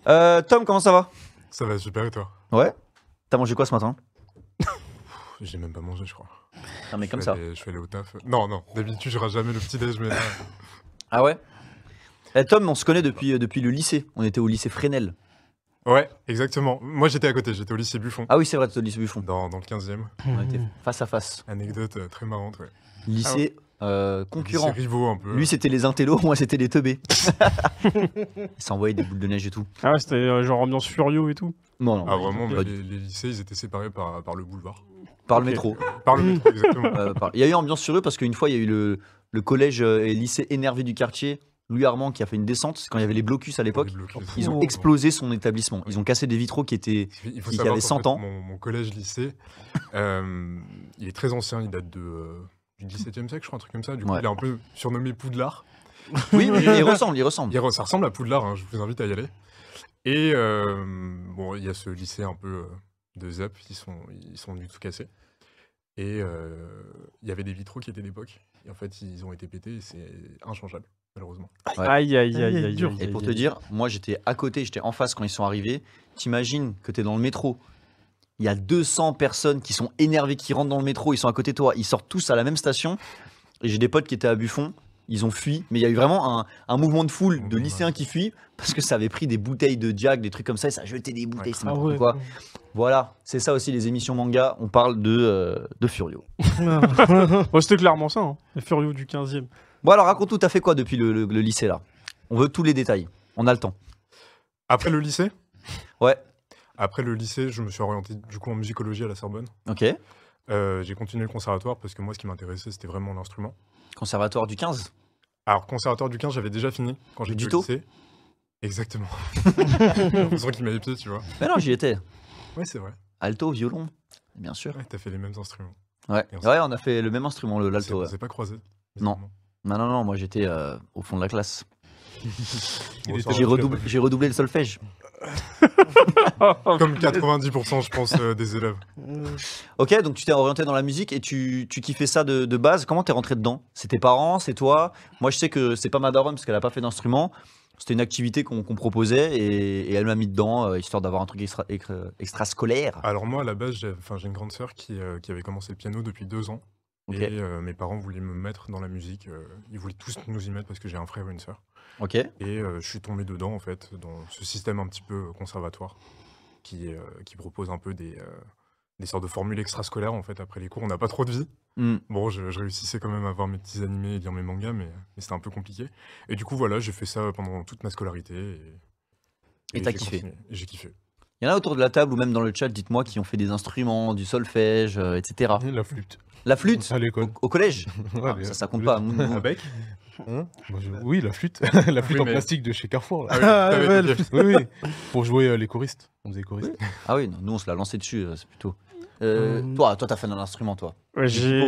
Tom, comment ça va? Ça va super et toi? Ouais. T'as mangé quoi ce matin? J'ai même pas mangé, je crois. Non, mais comme ça. Je suis allé au taf. Non, d'habitude, je rate jamais le petit-déj, mais là. Ah ouais? Tom, on se connaît depuis le lycée. On était au lycée Fresnel. Ouais, exactement. Moi, j'étais à côté, j'étais au lycée Buffon. Ah oui, c'est vrai, t'étais au lycée Buffon. Dans le 15e. On était face à face. Anecdote très marrante, ouais. Lycée concurrent. Lycée rivaux, un peu. Lui, c'était les intellos, moi, c'était les teubés. Il s'envoyait des boules de neige et tout. Ah ouais, c'était genre ambiance Furio et tout. Non. Ah vraiment, pas les lycées, ils étaient séparés par le boulevard. Par le métro. Par le métro, exactement. Il y a eu ambiance sur eux parce qu'une fois, il y a eu le collège et lycée énervé du quartier, Louis Armand, qui a fait une descente. Quand il y avait les blocus à l'époque, ils ont explosé son établissement. Ils ont cassé des vitraux qui avaient 100 ans. Mon collège-lycée, il est très ancien, il date du 17e siècle, je crois, un truc comme ça. Du coup, il est un peu surnommé Poudlard. Oui, mais il ressemble. Ça ressemble à Poudlard, hein, je vous invite à y aller. Et bon, il y a ce lycée un peu de ZEP, ils sont du tout cassés. Et il y avait des vitraux qui étaient d'époque. Et en fait, ils ont été pétés et c'est inchangeable, malheureusement. Ouais. Aïe. Et pour te dire, moi j'étais à côté, j'étais en face quand ils sont arrivés. T'imagines que t'es dans le métro. Il y a 200 personnes qui sont énervées, qui rentrent dans le métro, ils sont à côté de toi, ils sortent tous à la même station. Et j'ai des potes qui étaient à Buffon, ils ont fui. Mais il y a eu vraiment un mouvement de foule de lycéens qui fuient parce que ça avait pris des bouteilles de Jack, des trucs comme ça, et ça jetait des bouteilles, c'est n'importe quoi. Voilà, c'est ça aussi les émissions manga, on parle de Furio. Bon, c'était clairement ça, hein. Les Furio du 15e. Bon alors raconte-nous, t'as fait quoi depuis le lycée là? On veut tous les détails, on a le temps. Après le lycée? Ouais. Après le lycée, je me suis orienté du coup en musicologie à la Sorbonne. Ok. J'ai continué le conservatoire parce que moi, ce qui m'intéressait, c'était vraiment l'instrument. Conservatoire du 15? Alors, conservatoire du 15, j'avais déjà fini quand j'étais au lycée. Exactement. J'ai l'impression qu'il m'a épié, tu vois. Mais non, j'y étais. Ouais, c'est vrai. Alto, violon, bien sûr. Ouais, t'as fait les mêmes instruments. Ouais, on a fait le même instrument, l'alto. On s'est pas croisés. Non, moi j'étais au fond de la classe. Bon, J'ai redoublé le solfège. Comme 90% je pense des élèves. Ok, donc tu t'es orienté dans la musique et tu kiffais ça de base. Comment t'es rentré dedans? C'est tes parents, c'est toi? Moi je sais que c'est pas ma daronne parce qu'elle a pas fait d'instrument. C'était une activité qu'on proposait et elle m'a mis dedans histoire d'avoir un truc extrascolaire. Alors moi à la base j'ai une grande sœur qui avait commencé le piano depuis 2 ans. Okay. Et mes parents voulaient me mettre dans la musique. Ils voulaient tous nous y mettre parce que j'ai un frère et une sœur. Ok. Et je suis tombé dedans en fait, dans ce système un petit peu conservatoire qui propose un peu des sortes de formules extrascolaires en fait après les cours. On n'a pas trop de vie. Bon, je réussissais quand même à voir mes petits animés et lire mes mangas, mais c'était un peu compliqué. Et du coup voilà, j'ai fait ça pendant toute ma scolarité. Et t'as kiffé? J'ai kiffé. Il y en a autour de la table ou même dans le chat, dites-moi, qui ont fait des instruments, du solfège, etc. La flûte. La flûte? À l'école. Au collège? Ouais, ça compte pas. Avec Oui, la flûte. La flûte en plastique de chez Carrefour. Là. La flûte. Oui. Pour jouer les choristes. On faisait choristes. Ah oui, nous on se l'a lancé dessus, c'est plutôt. Toi, t'as fait un instrument, toi? Ouais,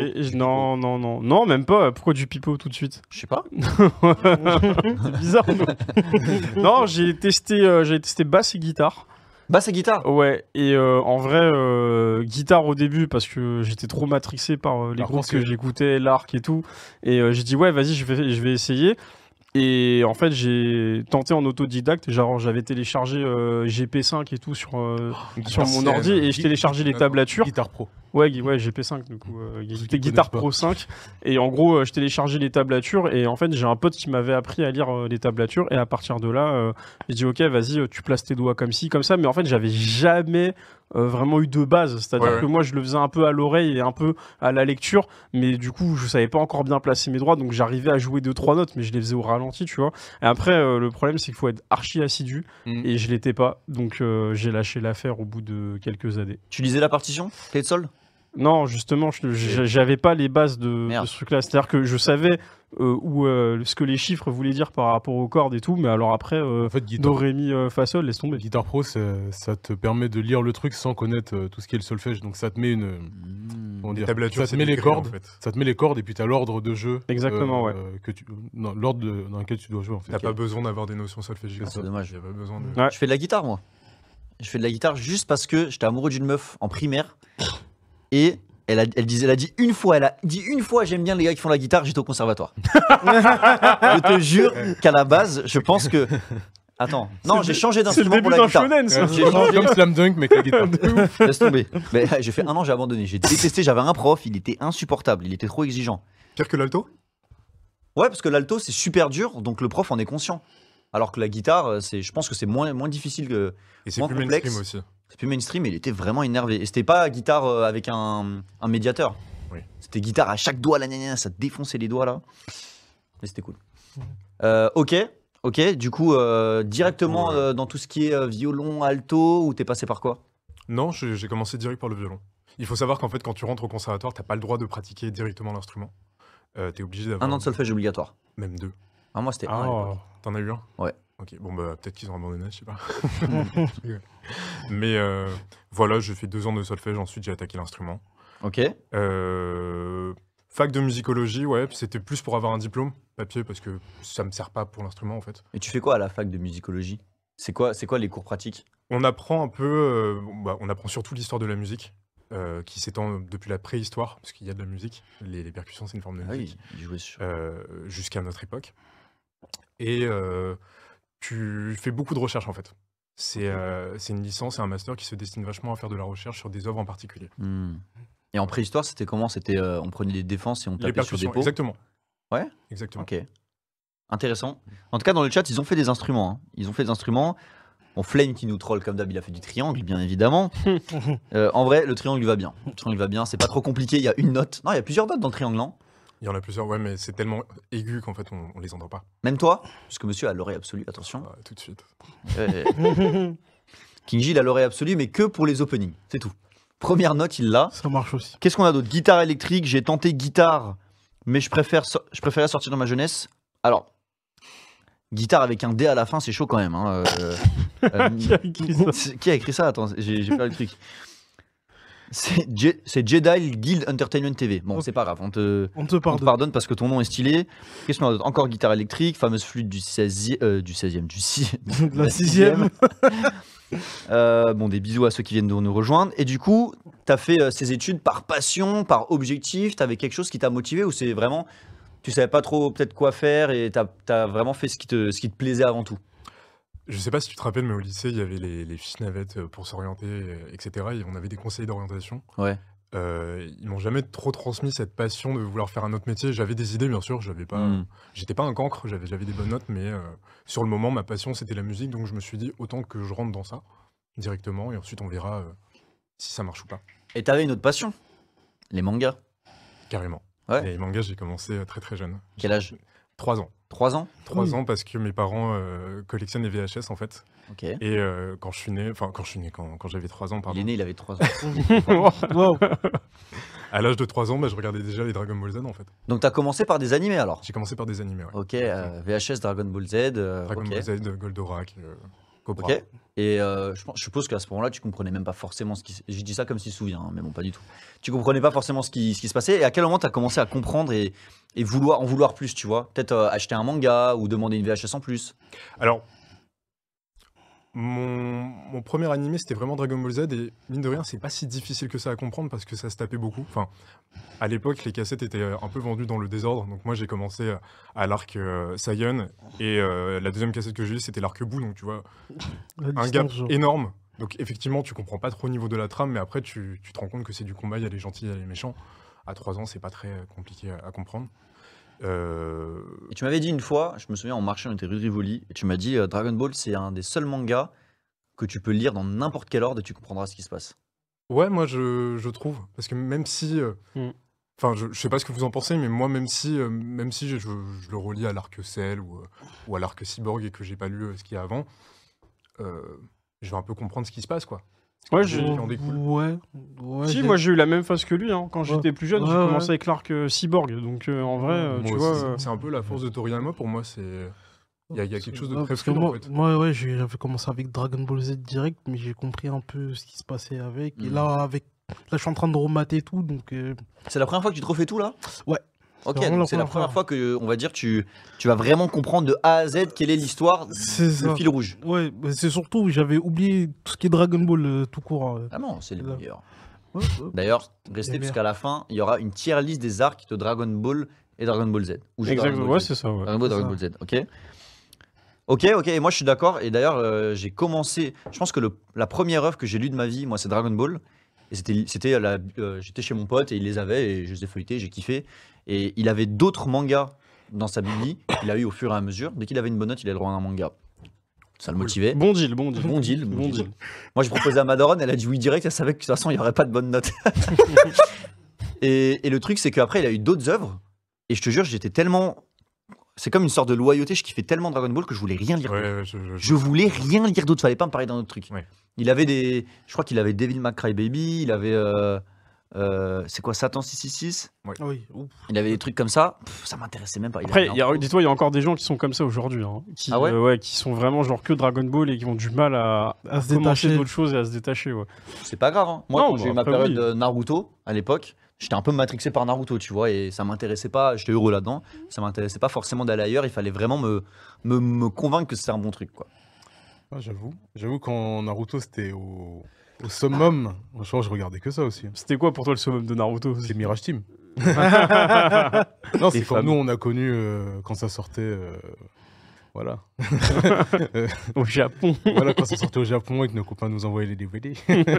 non, même pas. Pourquoi du pipeau tout de suite? Je sais pas. C'est bizarre. Non, j'ai testé basse et guitare. Basse et guitare? Ouais, et en vrai, guitare au début parce que j'étais trop matrixé par les groupes que j'écoutais, l'arc et tout. Et j'ai dit, ouais, vas-y, je vais essayer. Et en fait, j'ai tenté en autodidacte. Genre, j'avais téléchargé GP5 et tout sur mon ordi et je téléchargeais les tablatures. Guitare Pro. Ouais, GP5, du coup, Guitare Pro 5. Et en gros, je téléchargeais les tablatures. Et en fait, j'ai un pote qui m'avait appris à lire les tablatures. Et à partir de là, j'ai dit, ok, vas-y, tu places tes doigts comme ci, comme ça. Mais en fait, j'avais jamais vraiment eu de base. C'est-à-dire que moi, je le faisais un peu à l'oreille et un peu à la lecture. Mais du coup, je savais pas encore bien placer mes doigts. Donc, j'arrivais à jouer 2-3 notes, mais je les faisais au ralenti, tu vois. Et après, le problème, c'est qu'il faut être archi assidu. Et je l'étais pas. Donc, j'ai lâché l'affaire au bout de quelques années. Tu lisais la partition? Clé de sol? Non, justement, j'avais pas les bases de ce truc-là. C'est-à-dire que je savais ce que les chiffres voulaient dire par rapport aux cordes et tout, mais alors après, en fait, do, ré, mi, fa, sol, laisse tomber. Guitare Pro, ça te permet de lire le truc sans connaître tout ce qui est le solfège. Donc ça te met tablatures, ça te met les cordes, en fait. Ça te met les cordes et puis tu as l'ordre de jeu. Exactement, ouais. L'ordre dans lequel tu dois jouer, en fait. T'as pas besoin d'avoir des notions solfégiques. C'est dommage. Pas besoin de... Je fais de la guitare, moi. Je fais de la guitare juste parce que j'étais amoureux d'une meuf en primaire. Et elle a dit une fois, j'aime bien les gars qui font la guitare, j'étais au conservatoire. Je te jure qu'à la base, je pense que Attends, non, j'ai changé C'est le d'instrument début pour la d'un guitare. shonen, ça. J'ai changé. Comme Slam Dunk, mais avec la guitare. Laisse tomber. Mais j'ai fait 1 an, j'ai abandonné. J'ai détesté, j'avais un prof, il était insupportable, il était trop exigeant. Pire que l'alto? Ouais, parce que l'alto, c'est super dur, donc le prof en est conscient. Alors que la guitare, je pense que c'est moins difficile que. Et c'est moins plus complexe. mainstream aussi. C'est plus mainstream, mais il était vraiment énervé. Et c'était pas guitare avec un médiateur. Oui. C'était guitare à chaque doigt, là, ça défonçait les doigts, là. Mais c'était cool. Ok, du coup, directement dans tout ce qui est violon, alto, ou t'es passé par quoi? Non, j'ai commencé direct par le violon. Il faut savoir qu'en fait, quand tu rentres au conservatoire, t'as pas le droit de pratiquer directement l'instrument. T'es obligé d'avoir. 1 an de solfège obligatoire. Même 2. Ah, moi, c'était 1 à l'époque. T'en as eu un? Ouais. Ok, bon bah peut-être qu'ils ont abandonné, je sais pas. Mais voilà, j'ai fait 2 ans de solfège, ensuite j'ai attaqué l'instrument. Ok. Fac de musicologie, ouais, c'était plus pour avoir un diplôme papier parce que ça me sert pas pour l'instrument en fait. Et tu fais quoi à la fac de musicologie? C'est quoi les cours pratiques? On apprend un peu, on apprend surtout l'histoire de la musique, qui s'étend depuis la préhistoire, parce qu'il y a de la musique, les percussions c'est une forme de musique, il jouait sur. jusqu'à notre époque. Et tu fais beaucoup de recherche en fait. C'est une licence et un master qui se destine vachement à faire de la recherche sur des œuvres en particulier. Et en préhistoire, c'était comment? C'était on prenait des défenses et on Les tapait sur des percussions, pots. exactement. Ouais. Exactement. Ok. Intéressant. En tout cas, dans le chat, ils ont fait des instruments. Hein. Ils ont fait des instruments. On Flame qui nous troll comme d'hab, il a fait du triangle, bien évidemment. En vrai, le triangle lui va bien. Le triangle va bien, c'est pas trop compliqué. Il y a une note. Non, il y a plusieurs notes dans le triangle, non? Il y en a plusieurs, ouais, mais c'est tellement aigu qu'en fait on les entend pas. Même toi? Puisque monsieur a l'oreille absolue, attention. Tout de suite. Kinji, il a l'oreille absolue, mais que pour les openings. C'est tout. Première note, il l'a. Ça marche aussi. Qu'est-ce qu'on a d'autre? Guitare électrique, j'ai tenté guitare, mais je préférais sortir dans ma jeunesse. Alors, guitare avec un D à la fin, c'est chaud quand même. Hein. Qui a écrit ça? Qui a écrit ça? Attends, j'ai perdu le truc. C'est Jedi Guild Entertainment TV. Bon, c'est pas grave, on te pardonne parce que ton nom est stylé. Qu'est-ce qu'on a d'autre? Encore guitare électrique, fameuse flûte du 16e, De la 6e. Bon, des bisous à ceux qui viennent de nous rejoindre. Et du coup, t'as fait ces études par passion, par objectif? T'avais quelque chose qui t'a motivé ou c'est vraiment, tu savais pas trop peut-être quoi faire et t'as vraiment fait ce qui te plaisait avant tout? Je sais pas si tu te rappelles, mais au lycée, il y avait les fiches navettes pour s'orienter, etc. Et on avait des conseils d'orientation. Ouais. Ils m'ont jamais trop transmis cette passion de vouloir faire un autre métier. J'avais des idées, bien sûr. J'étais pas un cancre, j'avais des bonnes notes, mais sur le moment, ma passion, c'était la musique. Donc je me suis dit, autant que je rentre dans ça directement. Et ensuite, on verra si ça marche ou pas. Et t'avais une autre passion? Les mangas? Carrément. Ouais. Et les mangas, j'ai commencé très très jeune. Quel âge? 3 ans. 3 ans? 3 ans parce que mes parents collectionnent les VHS en fait. Ok. Et quand j'avais 3 ans, pardon. Il est né, il avait 3 ans. Wow. À l'âge de 3 ans, je regardais déjà les Dragon Ball Z en fait. Donc t'as commencé par des animés alors? J'ai commencé par des animés, ouais. Ok, VHS, Dragon Ball Z. Dragon ok. Ball Z, Goldorak, Cobra. Ok. Et je suppose qu'à ce moment-là, tu comprenais même pas forcément ce qui. Je dis ça comme s'il se souvient, hein, mais bon, pas du tout. Tu comprenais pas forcément ce qui se passait. Et à quel moment tu as commencé à comprendre et en vouloir plus, tu vois? Peut-être acheter un manga ou demander une VHS en plus. Alors, mon premier animé, c'était vraiment Dragon Ball Z. Et mine de rien, c'est pas si difficile que ça à comprendre parce que ça se tapait beaucoup. Enfin, à l'époque, les cassettes étaient un peu vendues dans le désordre. Donc moi, j'ai commencé à l'arc Saiyan. Et la deuxième cassette que j'ai eue, c'était l'arc Buu. Donc tu vois, un gap énorme. Donc effectivement, tu comprends pas trop au niveau de la trame, mais après, tu te rends compte que c'est du combat, il y a les gentils, il y a les méchants. À 3 ans, c'est pas très compliqué à comprendre. Et tu m'avais dit une fois, je me souviens, en marchant, on était rue de Rivoli, et tu m'as dit Dragon Ball, c'est un des seuls mangas que tu peux lire dans n'importe quel ordre et tu comprendras ce qui se passe. Ouais, moi je trouve. Parce que même si. Enfin, je sais pas ce que vous en pensez, mais moi, même si je le relis à l'arc Cell ou à l'arc Cyborg et que j'ai pas lu ce qu'il y a avant, je vais un peu comprendre ce qui se passe, quoi. Ouais, en découle. Ouais. Si, moi j'ai eu la même phase que lui. Hein. Quand j'étais plus jeune, j'ai Ouais, commencé avec l'arc Cyborg. Donc en vrai, Moi tu aussi, vois. c'est un peu la force de Toriyama pour moi. Il y a quelque chose de très parce que fluide, en moi, fait. moi, j'avais commencé avec Dragon Ball Z direct, mais j'ai compris un peu ce qui se passait avec. Et là, je suis en train de remater tout, donc. C'est la première fois que tu te refais tout là? Ouais. Ok, vraiment donc c'est la première fois que, on va dire, tu vas vraiment comprendre de A à Z quelle est l'histoire, le fil rouge. Ouais, c'est surtout, j'avais oublié tout ce qui est Dragon Ball tout court. Ah non, c'est les Là. meilleurs. Ouais. D'ailleurs, restez Les puisqu'à la fin, il y aura une tier list des arcs de Dragon Ball et Dragon Ball Z. Ou Exactement, ouais, c'est ça. Ouais. Dragon Ball, C'est Dragon ça. Ball Z, ok. Ok, et moi je suis d'accord. Et d'ailleurs, j'ai commencé. Je pense que la première œuvre que j'ai lue de ma vie, moi, c'est Dragon Ball. Et j'étais chez mon pote et il les avait et je les ai feuilletés, j'ai kiffé. Et il avait d'autres mangas dans sa bibli. Il a eu au fur et à mesure. Dès qu'il avait une bonne note, il avait le droit à un manga. Ça le motivait. Bon deal. Bon deal. Moi, j'ai proposé à ma daronne, elle a dit oui direct. Elle savait que de toute façon, il n'y aurait pas de bonne note. et le truc, c'est qu'après, il a eu d'autres œuvres. Et je te jure, j'étais tellement. C'est comme une sorte de loyauté. Je kiffais tellement Dragon Ball que je voulais rien lire. Ouais, je voulais rien lire d'autre. Fallait pas me parler d'un autre truc. Ouais. Il avait des. Je crois qu'il avait Devil May Cry Baby. Il avait. C'est quoi, Satan 666 Ouais. Oui. Il avait des trucs comme ça. Ça m'intéressait même pas. Après, dis-toi, il y a encore des gens qui sont comme ça aujourd'hui. Hein, qui, qui sont vraiment genre que Dragon Ball et qui ont du mal à se détacher d'autres choses et à se détacher. Ouais. C'est pas grave. Hein. Moi, Non, quand j'ai eu ma période de Naruto à l'époque, j'étais un peu matrixé par Naruto, tu vois, et ça m'intéressait pas. J'étais heureux là-dedans. Ça m'intéressait pas forcément d'aller ailleurs. Il fallait vraiment me convaincre que c'était un bon truc, quoi. Ah, j'avoue, quand Naruto c'était au summum, je regardais que ça aussi. C'était quoi pour toi le summum de Naruto? C'est Mirage Team. Non, c'est comme nous on a connu quand ça sortait. Voilà. Au Japon. Voilà, quand ça sortait au Japon et que nos copains nous envoyaient les DVD.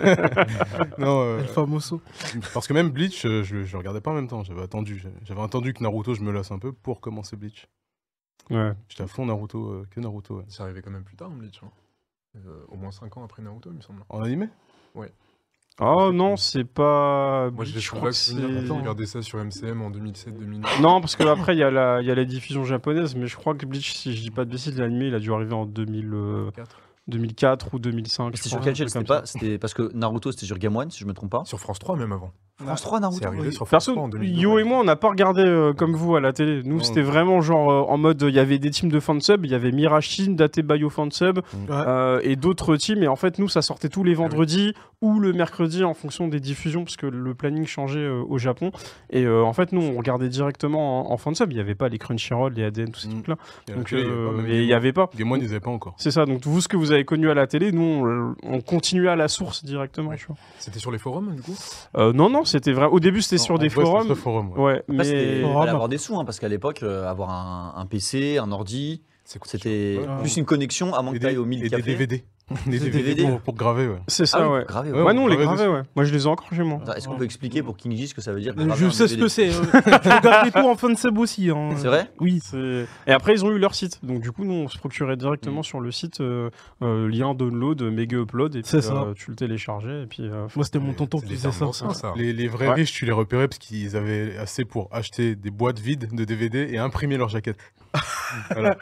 Non, El famoso. Parce que même Bleach, je regardais pas en même temps. J'avais attendu que Naruto, je me lasse un peu pour commencer Bleach. Ouais. J'étais à fond Naruto, que Naruto. Ouais. C'est arrivé quand même plus tard, Bleach. Hein. Au moins 5 ans après Naruto, il me semble. En animé? Ouais. Oh non, c'est pas. Moi, je crois que j'ai regardé ça sur MCM en 2007-2008. Non, parce qu'après, il y a la diffusion japonaise, mais je crois que Bleach, si je dis pas de bêtises, l'anime, il a dû arriver en 2004 ou 2005. C'était sur quelle chaîne? C'était parce que Naruto, c'était sur Game One, si je me trompe pas. Sur France 3 même avant. France 3, Naruto. C'est arrivé sur France 3 en 2002. Yo et moi, on n'a pas regardé comme vous à la télé. Nous, c'était vraiment genre en mode, il y avait des teams de fansub, il y avait Mirage Team, Date Bayo fansub et d'autres teams. Et en fait, nous, ça sortait tous les vendredis ou le mercredi en fonction des diffusions, parce que le planning changeait au Japon. Et en fait, nous, on regardait directement en fansub. Il n'y avait pas les Crunchyroll, les ADN, tous ces trucs-là. Donc, il n'y avait pas. Game One, ils n'avaient pas encore. C'est ça. Donc, vous, ce que vous avez connu à la télé, nous, on continuait à la source directement. Tu vois. C'était sur les forums, du coup Non, c'était vrai. Au début, c'était sur des forums. Sur forum, ouais. Mais il fallait avoir des sous, hein, parce qu'à l'époque, avoir un PC, un ordi, c'était plus une connexion à moins que tu ailles au 1000 cafés. Et des DVD. Des DVD pour graver, ouais. C'est ça, ouais. Graver, ouais, nous, on les gravait, ouais. Moi, je les ai encore chez moi. Est-ce qu'on peut expliquer pour King J ce que ça veut dire? Je sais ce que c'est. Je regardais tout en fansub aussi. Hein. C'est vrai? Oui. Et après, ils ont eu leur site. Donc, du coup, nous, on se procurait directement sur le site lien download, méga upload. Et puis, tu le téléchargeais. Et puis, moi, c'était mon tonton qui faisait ça. Les vrais riches, tu les repérais parce qu'ils avaient assez pour acheter des boîtes vides de DVD et imprimer leurs jaquettes. Voilà.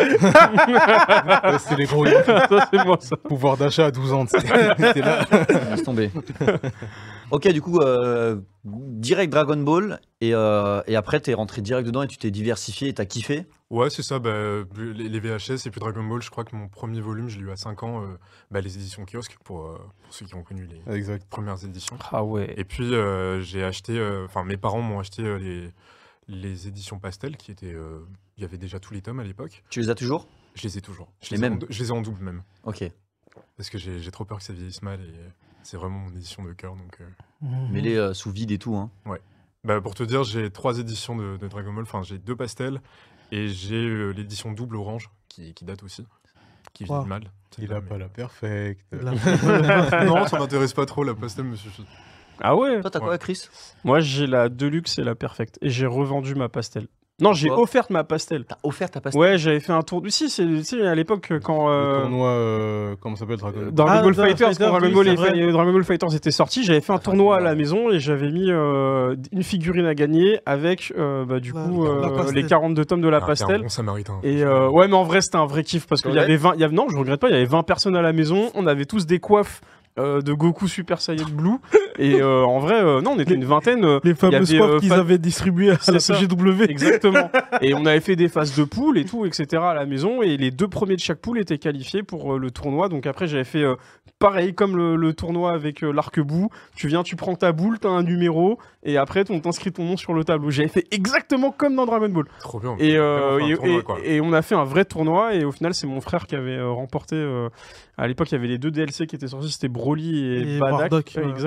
C'est les gros. Ça, c'est moi, ça. Pouvoir d'achat à 12 ans. T'es là. Laisse tomber. Ok, du coup, direct Dragon Ball, et après, t'es rentré direct dedans et tu t'es diversifié et t'as kiffé. Ouais, c'est ça. Les VHS et puis Dragon Ball, je crois que mon premier volume, je l'ai eu à 5 ans, les éditions kiosque, pour ceux qui ont connu les premières éditions. Ah ouais. Et puis, j'ai acheté, mes parents m'ont acheté les éditions Pastel, qui étaient. Il y avait déjà tous les tomes à l'époque. Tu les as toujours? Je les ai toujours. Je les ai en double même. Ok. Parce que j'ai trop peur que ça vieillisse mal et c'est vraiment mon édition de cœur. Donc, Mais les sous vide et tout. Hein. Ouais. Pour te dire, j'ai 3 éditions de Dragon Ball. Enfin, j'ai 2 pastels et j'ai l'édition double orange qui date aussi. Qui vieillit mal. Il a pas la perfecte. Non, ça m'intéresse pas trop, la pastel me suffit. Ah ouais? Toi, t'as quoi, Chris? Moi, j'ai la Deluxe et la Perfect. Et j'ai revendu ma pastel. Non, j'ai offert ma pastel. T'as offert ta pastel? Ouais, j'avais fait un tour. Si, c'est à l'époque quand. Le tournoi, comment ça s'appelle, Dragon Ball Fighters, quand Dragon Ball Fighters était sorti, j'avais fait un tournoi à la maison et j'avais mis une figurine à gagner avec les 42 tomes de la pastel. Un bon samaritain. Et ouais, mais en vrai, c'était un vrai kiff parce qu'il y avait 20. Non, je regrette pas, il y avait 20 personnes à la maison. On avait tous des coiffes de Goku Super Saiyan Blue. Et en vrai, non, on était une vingtaine. Les fameuses coiffes qu'ils avaient distribuées à la CGW. Exactement. Et on avait fait des phases de poule et tout, etc. à la maison. Et les 2 premiers de chaque poule étaient qualifiés pour le tournoi. Donc après, j'avais fait pareil comme le tournoi avec l'arc-bout. Tu viens, tu prends ta boule, t'as un numéro. Et après, on t'inscrit ton nom sur le tableau. J'avais fait exactement comme dans Dragon Ball. Trop bien. Et on a fait un vrai tournoi. Et au final, c'est mon frère qui avait remporté. À l'époque, il y avait les 2 DLC qui étaient sortis. C'était Broly et Bardock. Exactement.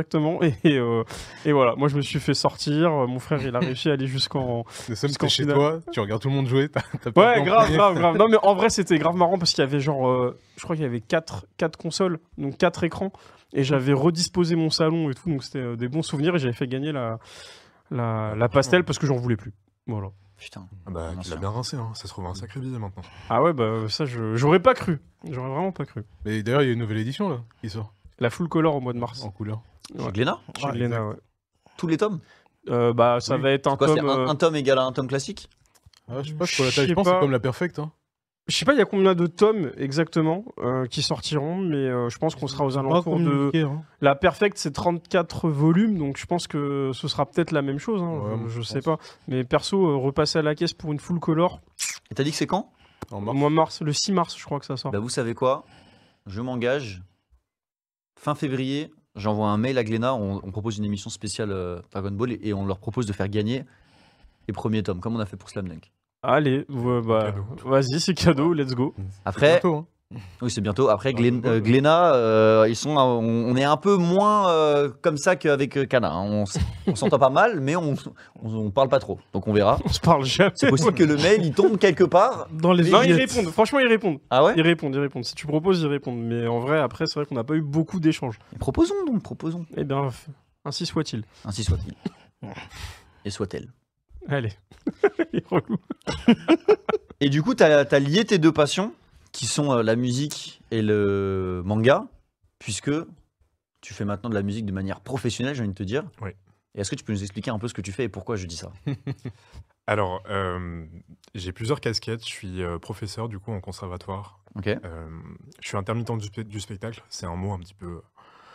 Et voilà, moi je me suis fait sortir. Mon frère il a réussi à aller jusqu'en. Le seul, Jusqu'en t'es chez finale. toi, tu regardes tout le monde jouer, t'as Ouais, pas grave. Non, mais en vrai, c'était grave marrant parce qu'il y avait genre. Je crois qu'il y avait 4 consoles, donc 4 écrans. Et j'avais redisposé mon salon et tout, donc c'était des bons souvenirs. Et j'avais fait gagner la pastel parce que j'en voulais plus. Voilà. Putain. Ah bah, Non, tu c'est l'as bien rincé, hein. Ça se trouve un sacré billet maintenant. Ah ouais, bah ça, j'aurais pas cru. J'aurais vraiment pas cru. Mais d'ailleurs, il y a une nouvelle édition là qui sort La full color au mois de mars. en couleur. Chez Ouais. Glénat Chez Ouais, Glénat, ouais. Tous les tomes Bah, ça va être un Quoi, c'est tome. un tome égal à un tome classique Ah, je sais pas, c'est quoi la Je taille. sais Je pense que pas. c'est comme la Perfect. Hein. Je sais pas, il y a combien de tomes exactement qui sortiront, mais je pense qu'on sera aux Pas alentours de. communiqué, hein. La Perfect, c'est 34 volumes, donc je pense que ce sera peut-être la même chose. Hein, Ouais, moi, je je sais pense. pas. Mais perso, repasser à la caisse pour une full color, Et t'as dit que c'est quand En au mars. mois de mars, le 6 mars, je crois que ça sort. Bah vous savez quoi, je m'engage. Fin février, j'envoie un mail à Glénat, on propose une émission spéciale Dragon Ball et on leur propose de faire gagner les premiers tomes, comme on a fait pour Slam Dunk. Allez, bah, Cadeau. vas-y, c'est cadeau, let's go. Après, Bientôt, hein. oui c'est bientôt, après Dragon Ball, ouais. Glénat, ils sont, on est un peu moins comme ça qu'avec Kana, hein. On s'entend pas mal, mais on parle pas trop, donc on verra. On se parle jamais. C'est possible que le mail il tombe quelque part. Dans les Non, ils oubliettes. répondent. Franchement, ils répondent. Ah ouais Ils répondent. Si tu proposes, ils répondent. Mais en vrai, après, c'est vrai qu'on n'a pas eu beaucoup d'échanges. Proposons donc, proposons. Eh bien, ainsi soit-il. Ainsi soit-il. Et soit-elle. Allez. Il est relou. Et du coup, t'as lié tes deux passions, qui sont la musique et le manga, puisque tu fais maintenant de la musique de manière professionnelle, j'ai envie de te dire. Oui. Et est-ce que tu peux nous expliquer un peu ce que tu fais et pourquoi je dis ça? Alors, j'ai plusieurs casquettes. Je suis professeur du coup en conservatoire. Ok. Je suis intermittent du spectacle. C'est un mot un petit peu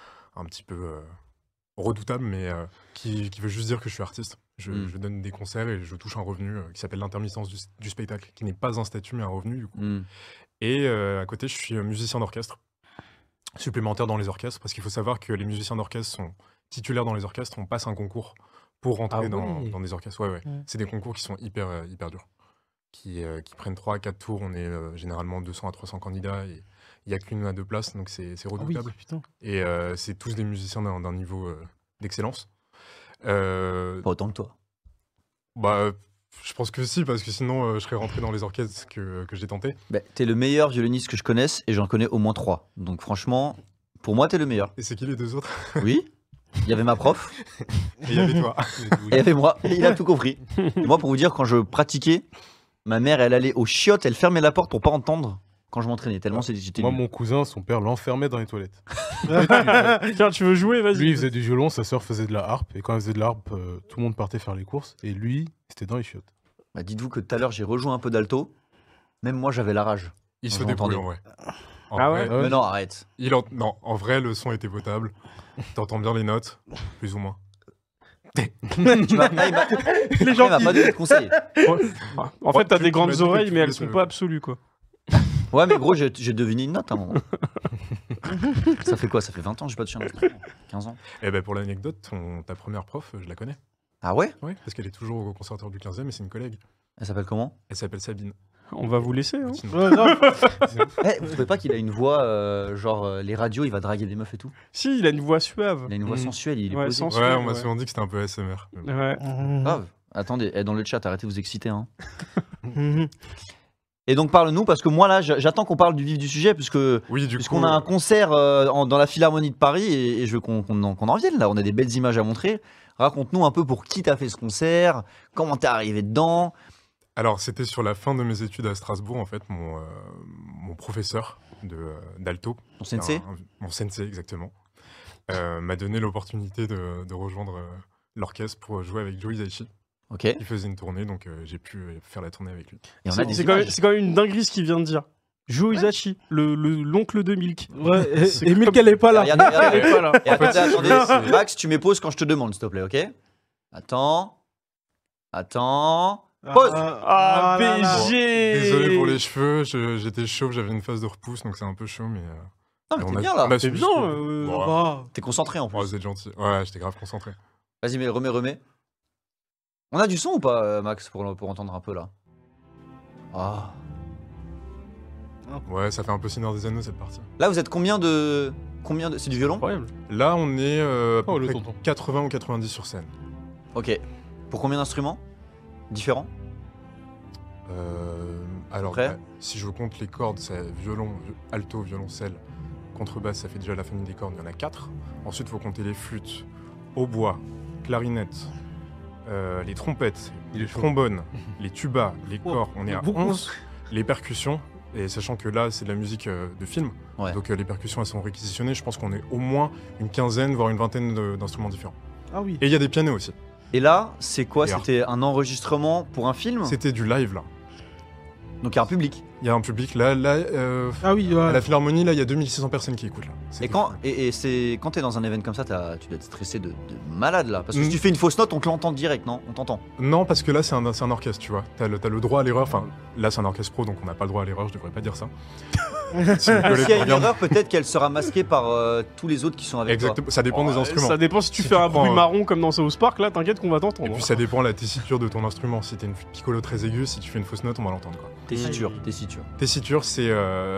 redoutable, mais qui veut juste dire que je suis artiste. Je donne des concerts et je touche un revenu qui s'appelle l'intermittence du spectacle, qui n'est pas un statut mais un revenu du coup. Et à côté, je suis musicien d'orchestre, supplémentaire dans les orchestres, parce qu'il faut savoir que les musiciens d'orchestre sont titulaires dans les orchestres. On passe un concours pour rentrer Ah ouais. dans des orchestres. Ouais. Ouais. C'est des concours qui sont hyper durs, qui prennent 3 à 4 tours. On est généralement 200 à 300 candidats et il n'y a qu'une à 2 places, donc c'est Ah oui, redoutable. putain. Et c'est tous des musiciens d'un niveau d'excellence. Pas autant que toi. Bah, je pense que si, parce que sinon je serais rentré dans les orchestres que j'ai tenté. Bah, t'es le meilleur violoniste que je connaisse et j'en connais au moins 3. Donc franchement, pour moi, t'es le meilleur. Et c'est qui les deux autres? Oui, il y avait ma prof Et il y avait toi. et il y avait moi. Et il a tout compris. Et moi, pour vous dire, quand je pratiquais, ma mère, elle allait aux chiottes, elle fermait la porte pour pas entendre quand je m'entraînais. Tellement j'étais Moi, nul. mon cousin, son père l'enfermait dans les toilettes. Tiens, tu veux jouer? Vas-y. Lui, il faisait du violon, sa sœur faisait de la harpe. Et quand elle faisait de la harpe, tout le monde partait faire les courses. Et lui, c'était dans les chiottes. Bah, dites-vous que tout à l'heure, j'ai rejoint un peu d'alto. Même moi, j'avais la rage. Il se Vous débrouille en entendez. vrai. En Ah vrai, ouais Mais non, arrête. Non, en vrai, le son était potable. T'entends bien les notes, plus ou moins. Les Il m'a pas donné de conseils. En fait, t'as tu- des tu grandes m'as dit que oreilles, tu mais elles voulais sont te- pas absolues, quoi. Ouais, mais gros, j'ai deviné une note à un moment. Ça fait quoi? Ça fait 20 ans que j'ai pas touché un instrument. 15 ans. Et ben pour l'anecdote, ta première prof, je la connais. Ah ouais? Oui, parce qu'elle est toujours au conservatoire du 15e et c'est une collègue. Elle s'appelle comment? Elle s'appelle Sabine. On va vous laisser, hein. Petit nom. Ouais, non. Eh, vous trouvez pas qu'il a une voix, les radios, il va draguer des meufs et tout? Si, il a une voix suave. Il a une voix sensuelle, il est Ouais, posé. sensuelle. Ouais, on m'a ouais. souvent dit que c'était un peu ASMR. Ouais. Grave. Attendez, dans le chat, arrêtez de vous exciter. Hein. Mhm. Et donc parle-nous, parce que moi là, j'attends qu'on parle du vif du sujet, Oui, du puisqu'on coup, a un concert dans la Philharmonie de Paris, et je veux qu'on en vienne là, on a des belles images à montrer. Raconte-nous un peu pour qui t'as fait ce concert, comment t'es arrivé dedans. alors c'était sur la fin de mes études à Strasbourg, en fait, mon professeur d'alto, Ton sensei? mon sensei exactement, m'a donné l'opportunité de rejoindre l'orchestre pour jouer avec Joe Hisaishi. Ok. Et Il faisait une tournée, donc j'ai pu faire la tournée avec lui. on a des C'est quand images. même une dinguerie ce qu'il vient de dire. Joe Hisaishi, l'oncle de Milk. Ouais, et- C'est Emile comme- qu'elle est pas là. Regardez, regardez. Elle est pas là. Et attendez, fait, attendez. c'est- Max, tu m'époses quand je te demande, s'il te plaît, ok? Attends. Pause. Ah, là là. BG. Désolé pour les cheveux, j'étais chauve, j'avais une phase de repousse, donc c'est un peu chaud, mais... Non, mais on t'es a- bien là. on a C'est su bien. jusqu'au bout. Ça Ouais. va. T'es concentré en plus. Oh, vous êtes gentil. Ouais, j'étais grave concentré. Vas-y, mais remets. On a du son ou pas, Max, pour entendre un peu là? Ah. Ouais, ça fait un peu Seigneur des Anneaux cette partie. Là, vous êtes combien combien de... C'est du violon? Incroyable. Là, on est à peu Oh, le près tonton. 80 ou 90 sur scène. Ok. Pour combien d'instruments différents? Alors, Après si je compte les cordes, c'est violon, alto, violoncelle, contrebasse, ça fait déjà la famille des cordes, il y en a 4. Ensuite, il faut compter les flûtes, hautbois, clarinettes, les trompettes, les trombones, les tubas, les corps, on est à 11. Les percussions, et sachant que là, c'est de la musique de film, Ouais. donc les percussions, elles sont réquisitionnées, je pense qu'on est au moins une quinzaine, voire une vingtaine d'instruments différents. Ah oui. Et il y a des pianos aussi. Et là, c'est quoi? Et C'était un enregistrement pour un film? C'était du live, là. Donc il y a un public. Il y a un public, là, Ah oui, à ouais. la Philharmonie, là, il y a 2600 personnes qui écoutent, là. Et quand t'es dans un événement comme ça, tu dois être stressé de malade là. Parce que si tu fais une fausse note, on te l'entend direct, non? On t'entend. Non, parce que là, c'est un orchestre, tu vois. T'as le droit à l'erreur. Enfin, là, c'est un orchestre pro, donc on n'a pas le droit à l'erreur, je devrais pas dire ça. Si mes collègues S'il y a une regardent- erreur, peut-être qu'elle sera masquée par tous les autres qui sont avec Exactement, ça dépend des instruments. Ça dépend si tu Si fais tu un prends, bruit marron comme dans South Park, là, t'inquiète qu'on va Et t'entendre. puis ça dépend de la tessiture de ton instrument. Si t'es une piccolo très aiguë, si tu fais une fausse note, on va l'entendre, quoi. toi. Tessiture. Tessiture, c'est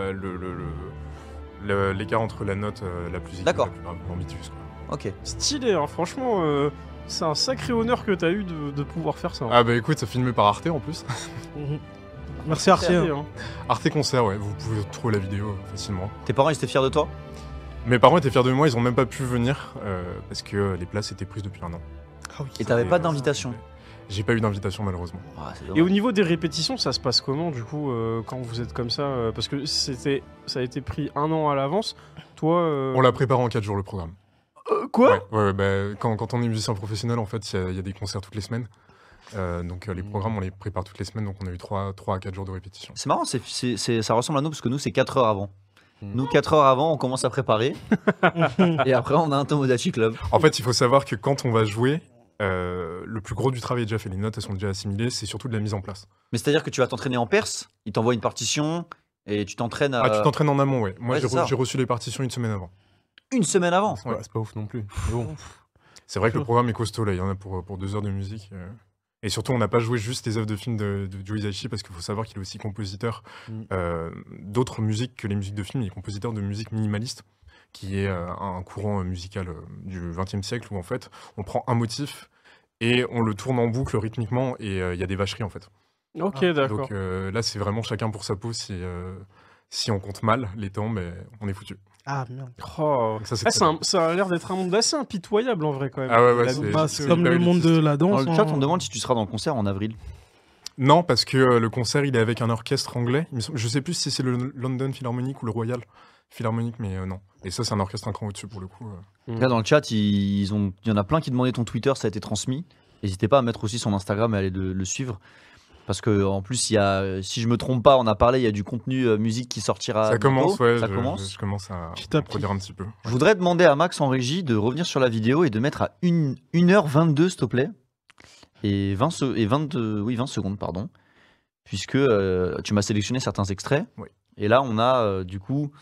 l'écart entre la note la plus aiguë et D'accord. la plus ambitieuse, quoi. Ok. Stylé, hein, franchement, c'est un sacré honneur que t'as eu de pouvoir faire ça. Ah bah écoute, c'est filmé par Arte en plus. Mhm. Merci Arthur. Stylé, hein. Arte Concert, ouais, vous pouvez trouver la vidéo facilement. Tes parents ils étaient fiers de toi? Mes parents étaient fiers de moi, ils ont même pas pu venir parce que les places étaient prises depuis un an. Ah oui. Et t'avais pas d'invitation? J'ai pas eu d'invitation malheureusement. Ah, c'est Et dommage. au niveau des répétitions, ça se passe comment du coup quand vous êtes comme ça parce que ça a été pris un an à l'avance. Toi, On l'a préparé en 4 jours le programme. quoi? Ouais, bah, quand on est musicien professionnel, en fait, il y a des concerts toutes les semaines. Donc les programmes, on les prépare toutes les semaines, donc on a eu 3 à 4 jours de répétition. C'est marrant, ça ressemble à nous parce que nous c'est 4 heures avant. Mm. Nous 4 heures avant on commence à préparer et après on a un Tomodachi Club. En fait, il faut savoir que quand on va jouer, le plus gros du travail est déjà fait, les notes elles sont déjà assimilées, c'est surtout de la mise en place. Mais c'est à dire que tu vas t'entraîner en perse, ils t'envoient une partition et tu t'entraînes à... Ah, tu t'entraînes en amont, ouais. Moi, ouais, c'est ça. j'ai reçu les partitions une semaine avant. une semaine avant. C'est pas ouf non plus. Mais bon. C'est vrai que le programme est costaud, là. Il y en a pour 2 heures de musique. Et surtout, on n'a pas joué juste les œuvres de films de Joe Hisaishi, parce qu'il faut savoir qu'il est aussi compositeur d'autres musiques que les musiques de films. Il est compositeur de musique minimaliste, qui est un courant musical du XXe siècle, où en fait, on prend un motif et on le tourne en boucle rythmiquement, et il y a des vacheries, en fait. Ok, Ah, d'accord. Donc là, c'est vraiment chacun pour sa peau. Si on compte mal les temps, mais on est foutu. Ah merde. Oh. Donc ça, c'est Ah, très bien. ça a l'air d'être un monde assez impitoyable en vrai quand même. Ah ouais, La c'est- musique, Bah, c'est c'est comme hyper le monde de élitiste. la Dans danse. le chat on hein. me demande si tu seras dans le concert en avril. Non, parce que le concert, il est avec un orchestre anglais. Je sais plus si c'est le London Philharmonic ou le Royal Philharmonic, mais non. Et ça, c'est un orchestre un cran au-dessus pour le coup. Là dans le chat il y en a plein qui demandaient ton Twitter, ça a été transmis. N'hésitez pas à mettre aussi son Instagram et à aller le suivre. Parce que en plus, il y a, si je me trompe pas, on a parlé, il y a du contenu musique qui sortira. Ça commence, bientôt. ouais. Ça je, commence. je commence à Petit à petit. produire un petit peu. Je voudrais demander à Max en régie de revenir sur la vidéo et de mettre à 1h22, s'il te plaît. Et 20 secondes, pardon. Puisque tu m'as sélectionné certains extraits. Oui. Et là, on a du coup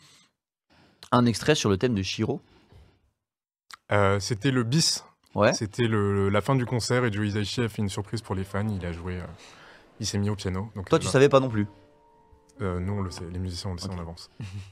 un extrait sur le thème de Shiro. C'était le bis. Ouais. C'était la fin du concert et Joe Hisaishi a fait une surprise pour les fans. Il a joué, il s'est mis au piano. Donc, Toi, tu savais pas non plus. nous, on le sait. Les musiciens, on le sait en avance.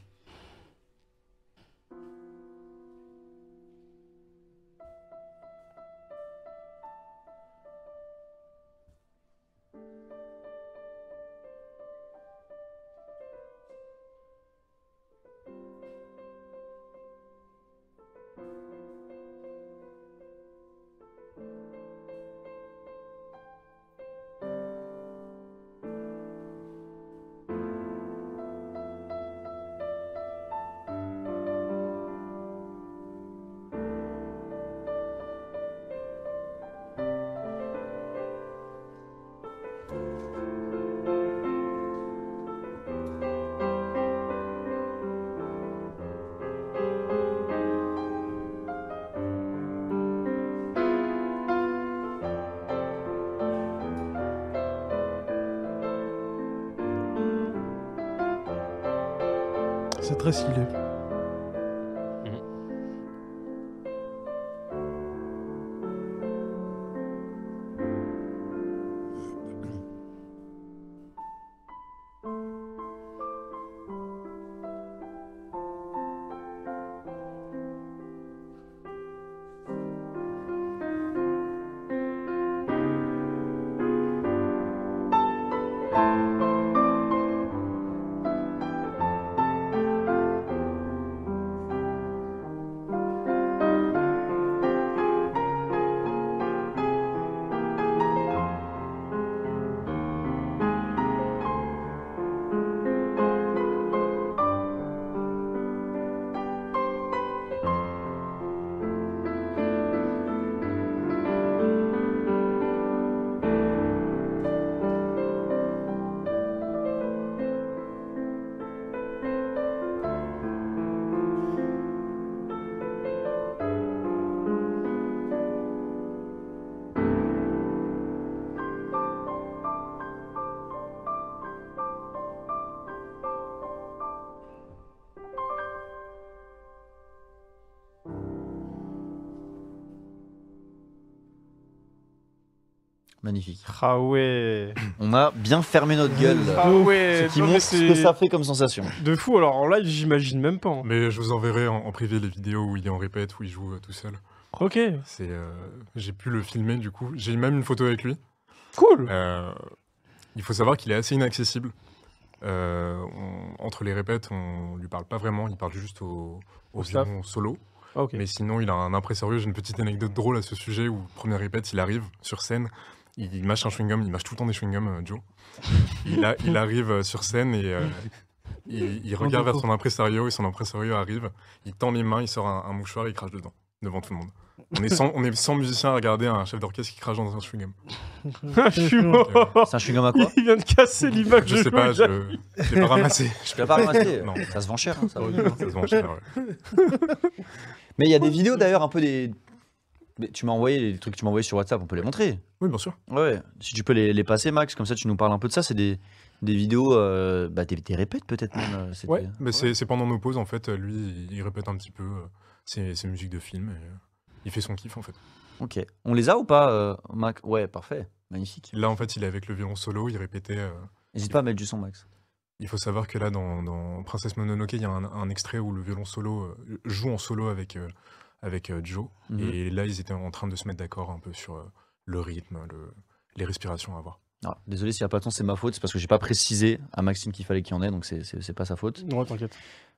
C'est très stylé. Magnifique. Ah ouais. On a bien fermé notre gueule. Ah ouais. Ce qui non, mais montre ce que ça fait comme sensation. De fou, alors en live, j'imagine même pas. Hein. Mais je vous enverrai en privé les vidéos où il est en répète, où il joue tout seul. Ok. J'ai pu le filmer du coup. J'ai même une photo avec lui. Cool. Il faut savoir qu'il est assez inaccessible. Entre les répètes, on lui parle pas vraiment. Il parle juste au violon solo. Ah, ok. Mais sinon, il a un impresario. J'ai une petite anecdote drôle à ce sujet où, première répète, il arrive sur scène. Il mâche un chewing-gum. Il mâche tout le temps des chewing-gums, Joe. Il arrive sur scène et il regarde vers son impresario et son impresario arrive. Il tend les mains, il sort un mouchoir et il crache dedans, devant tout le monde. On est 100 musiciens à regarder un chef d'orchestre qui crache dans un chewing-gum. Je suis mort. C'est un chewing-gum à quoi? Il vient de casser l'image. Je sais pas, je l'ai pas ramassé. Je l'ai pas ramassé. Non. Ça se vend cher. Hein, ça. Ça se vend cher, ouais. Mais il y a des vidéos d'ailleurs un peu des. Mais tu m'as envoyé les trucs que tu m'as envoyés sur WhatsApp, on peut les montrer. Oui, bien sûr. Ouais, si tu peux les passer, Max, comme ça tu nous parles un peu de ça. C'est des vidéos, des répètes peut-être même. Ouais, mais c'est pendant nos pauses en fait. Lui, il répète un petit peu ses musiques de film. Et, il fait son kiff en fait. Ok. On les a ou pas, Max? Ouais, parfait. Magnifique. Là, en fait, il est avec le violon solo. Il répétait. N'hésite pas à mettre du son, Max. Il faut savoir que là, dans Princesse Mononoke, il y a un extrait où le violon solo joue en solo avec Joe. Et là, ils étaient en train de se mettre d'accord un peu sur le rythme, les respirations à avoir. Ah, désolé s'il n'y a pas de son, c'est ma faute. C'est parce que j'ai pas précisé à Maxime qu'il fallait qu'il y en ait, donc c'est pas sa faute. Ouais, t'inquiète.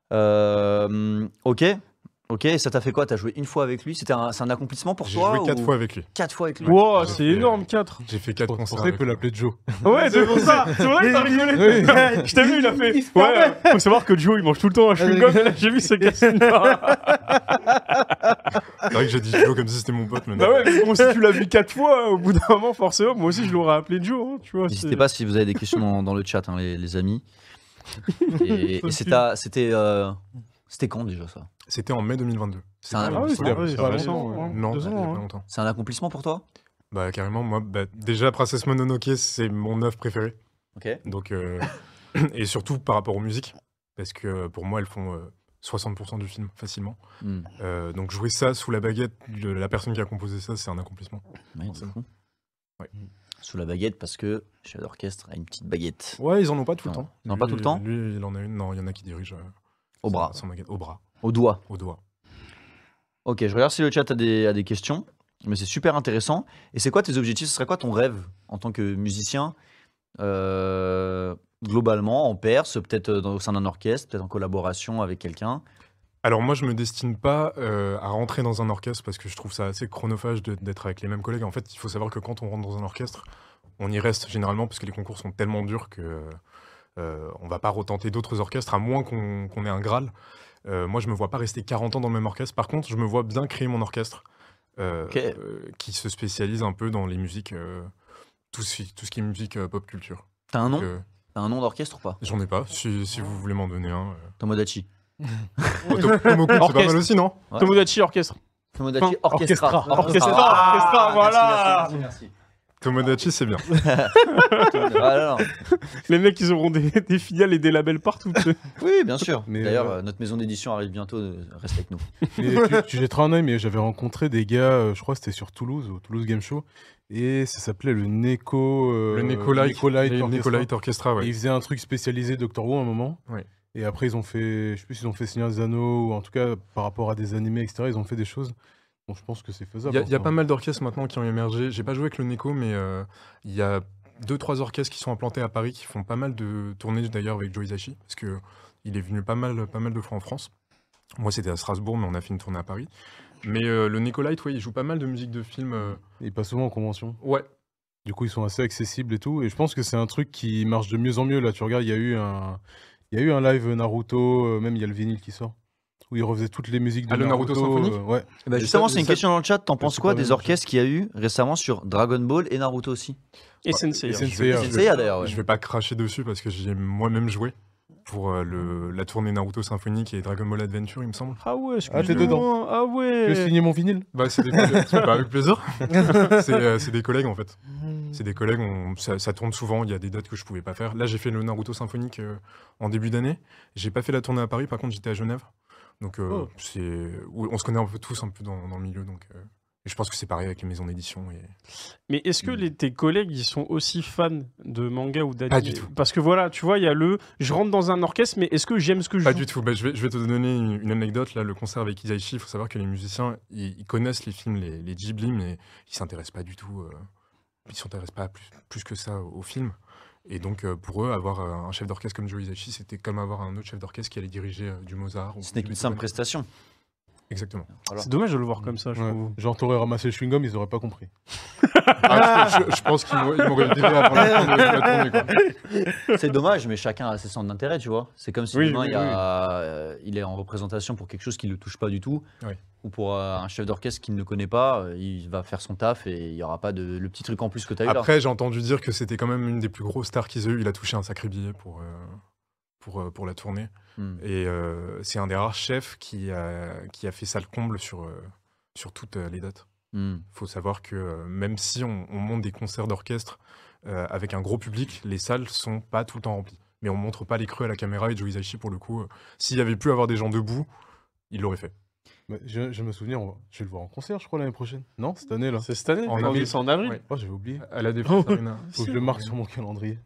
Ok, ça t'a fait quoi? T'as joué une fois avec lui? C'est un accomplissement pour J'ai toi? joué 4 fois avec lui. 4 fois avec lui? Wow, J'ai c'est fait, énorme, 4. J'ai fait 4 Pour concerts. ça, il avec peut lui. l'appeler Joe. Ouais, c'est pour ça. C'est vrai que t'as rigolé. Je t'ai vu, il a fait. Ouais, faut savoir que Joe, il mange tout le temps un chewing-gum. Et là, j'ai vu, c'est cassé une barre. C'est vrai que j'ai dit Joe comme si c'était mon pote. Mais Bah ouais, mais bon, si tu l'as vu 4 fois, au bout d'un moment, forcément, moi aussi, je l'aurais appelé Joe. Hein, tu vois. N'hésitez pas si vous avez des questions dans le chat, hein, les amis. Et c'était quand déjà ça? C'était en mai 2022. C'est un, Ah oui, c'est Ouais, vrai, c'est c'est pas récent. récent, Ouais. Non, 2 il y a ans. pas Hein. longtemps. c'est un accomplissement pour toi? Bah carrément, moi, déjà Princesse Mononoke, c'est mon œuvre préférée. Ok. Donc, et surtout par rapport aux musiques, parce que pour moi, elles font 60% du film facilement. Hmm. Donc jouer ça sous la baguette de la personne qui a composé ça, c'est un accomplissement. Ouais, de Forcément. fou. Ouais. Sous la baguette parce que chef d'orchestre a une petite baguette Ouais, ils en ont pas tout le Non. temps. Ils en ont pas tout le temps Lui, il en a une. Non, il y en a qui dirigent au bras, son baguette. Au bras, au doigt. au doigt. Ok, je regarde si le chat a des questions, mais c'est super intéressant. Et c'est quoi tes objectifs? Ce serait quoi ton rêve en tant que musicien, globalement, en Perse, peut-être au sein d'un orchestre, peut-être en collaboration avec quelqu'un? Alors moi, je me destine pas à rentrer dans un orchestre parce que je trouve ça assez chronophage d'être avec les mêmes collègues. En fait, il faut savoir que quand on rentre dans un orchestre, on y reste généralement parce que les concours sont tellement durs que on va pas retenter d'autres orchestres à moins qu'on ait un Graal. Moi, je me vois pas rester 40 ans dans le même orchestre. Par contre, je me vois bien créer mon orchestre qui se spécialise un peu dans les musiques, tout ce qui est musique pop culture. T'as un nom? Donc, T'as un nom d'orchestre ou pas? j'en ai pas. Si vous voulez m'en donner un. Tomodachi. Tomoku, c'est pas mal aussi, non? Ouais. Tomodachi Orchestre. Tomodachi Enfin, Orchestra. Orchestra, voilà. Merci. Tomodachi, c'est bien. Ah, non. Les mecs, ils auront des filiales et des labels partout. tu sais. Oui, bien sûr. Mais, D'ailleurs, notre maison d'édition arrive bientôt. Reste avec nous. Mais tu jetteras un œil, mais j'avais rencontré des gars, je crois que c'était sur Toulouse, au Toulouse Game Show, et ça s'appelait le Neko. Le Necolite Orchestra. Necolite Orchestra, Et ouais. ils faisaient un truc spécialisé Doctor Who à un moment. Ouais. Et après, ils ont fait, je sais plus s'ils ont fait Seigneur des Anneaux, ou en tout cas, par rapport à des animés, etc., ils ont fait des choses. Donc je pense que c'est faisable. Il y a enfin. pas mal d'orchestres maintenant qui ont émergé. J'ai pas joué avec le Neko, mais il y a 2-3 orchestres qui sont implantés à Paris qui font pas mal de tournées d'ailleurs avec Joe Hisaishi, parce que il est venu pas mal de fois en France. Moi, c'était à Strasbourg, mais on a fait une tournée à Paris. Mais le Necolite, ouais, il joue pas mal de musique de film. Ils passent souvent en convention. Ouais. Du coup, ils sont assez accessibles et tout. Et je pense que c'est un truc qui marche de mieux en mieux. Là, tu regardes, il y a eu un live Naruto, même il y a le vinyle qui sort, où ils refaisaient toutes les musiques de le Naruto symphonique ouais. Bah Et justement, ça- c'est une ça- question dans le chat. T'en ça, penses c'est quoi pas des mal, orchestres qu'il y a eu récemment sur Dragon Ball et Naruto aussi? Et Sensei. Et hein. Sensei, C'est Seiya d'ailleurs. Ouais. Je vais pas cracher dessus parce que j'ai moi-même joué pour la tournée Naruto Symphonique et Dragon Ball Adventure, il me semble. Ah ouais, Ah, t'es dedans. Ah Tu veux ouais. signer mon vinyle? Bah, c'est des collègues. Bah, avec plaisir. C'est des collègues en fait. C'est des collègues, ça tourne souvent, il y a des dates que je pouvais pas faire. Là, j'ai fait le Naruto Symphonique en début d'année. J'ai pas fait la tournée à Paris, par contre, j'étais à Genève. Donc, on se connaît un peu tous un peu dans le milieu. Donc, je pense que c'est pareil avec les maisons d'édition. Mais est-ce que tes collègues, ils sont aussi fans de manga ou d'anime? Pas du tout. Parce que voilà, tu vois, il y a je rentre dans un orchestre, mais est-ce que j'aime ce que je Pas joue? du tout. Je vais te donner une anecdote. Là, le concert avec Hisaishi, il faut savoir que les musiciens, ils connaissent les films, les Ghibli, mais ils s'intéressent pas du tout. Ils s'intéressent pas plus que ça au film. Et donc, pour eux, avoir un chef d'orchestre comme Joe Hisaishi, c'était comme avoir un autre chef d'orchestre qui allait diriger du Mozart. Ce n'est qu'une simple prestation. Exactement. Voilà. C'est dommage de le voir comme ça, je trouve. Genre, t'aurais ramassé le chewing-gum, ils auraient pas compris. Je pense qu'ils m'auraient dit avant la tournée. C'est dommage, mais chacun a ses centres d'intérêt, tu vois. C'est comme si demain, il est en représentation pour quelque chose qui ne le touche pas du tout. Oui. Ou pour un chef d'orchestre qui ne le connaît pas, il va faire son taf et il n'y aura pas le petit truc en plus que tu as eu là. Après, j'ai entendu dire que c'était quand même une des plus grosses stars qu'ils aient eu. Il a touché un sacré billet pour la tournée. Et c'est un des rares chefs qui a fait ça le comble sur toutes les dates. Faut savoir que même si on monte des concerts d'orchestre avec un gros public, les salles sont pas tout le temps remplies. Mais on montre pas les creux à la caméra, et Joe Hisaishi, pour le coup, s'il y avait pu avoir des gens debout, il l'aurait fait. Je me souviens, je vais le voir en concert, je crois, l'année prochaine. Non, cette année là. C'est cette année. C'est en avril. Ouais. Oh, j'avais oublié. À la Défense Arena. Faut que je le marque sur mon calendrier.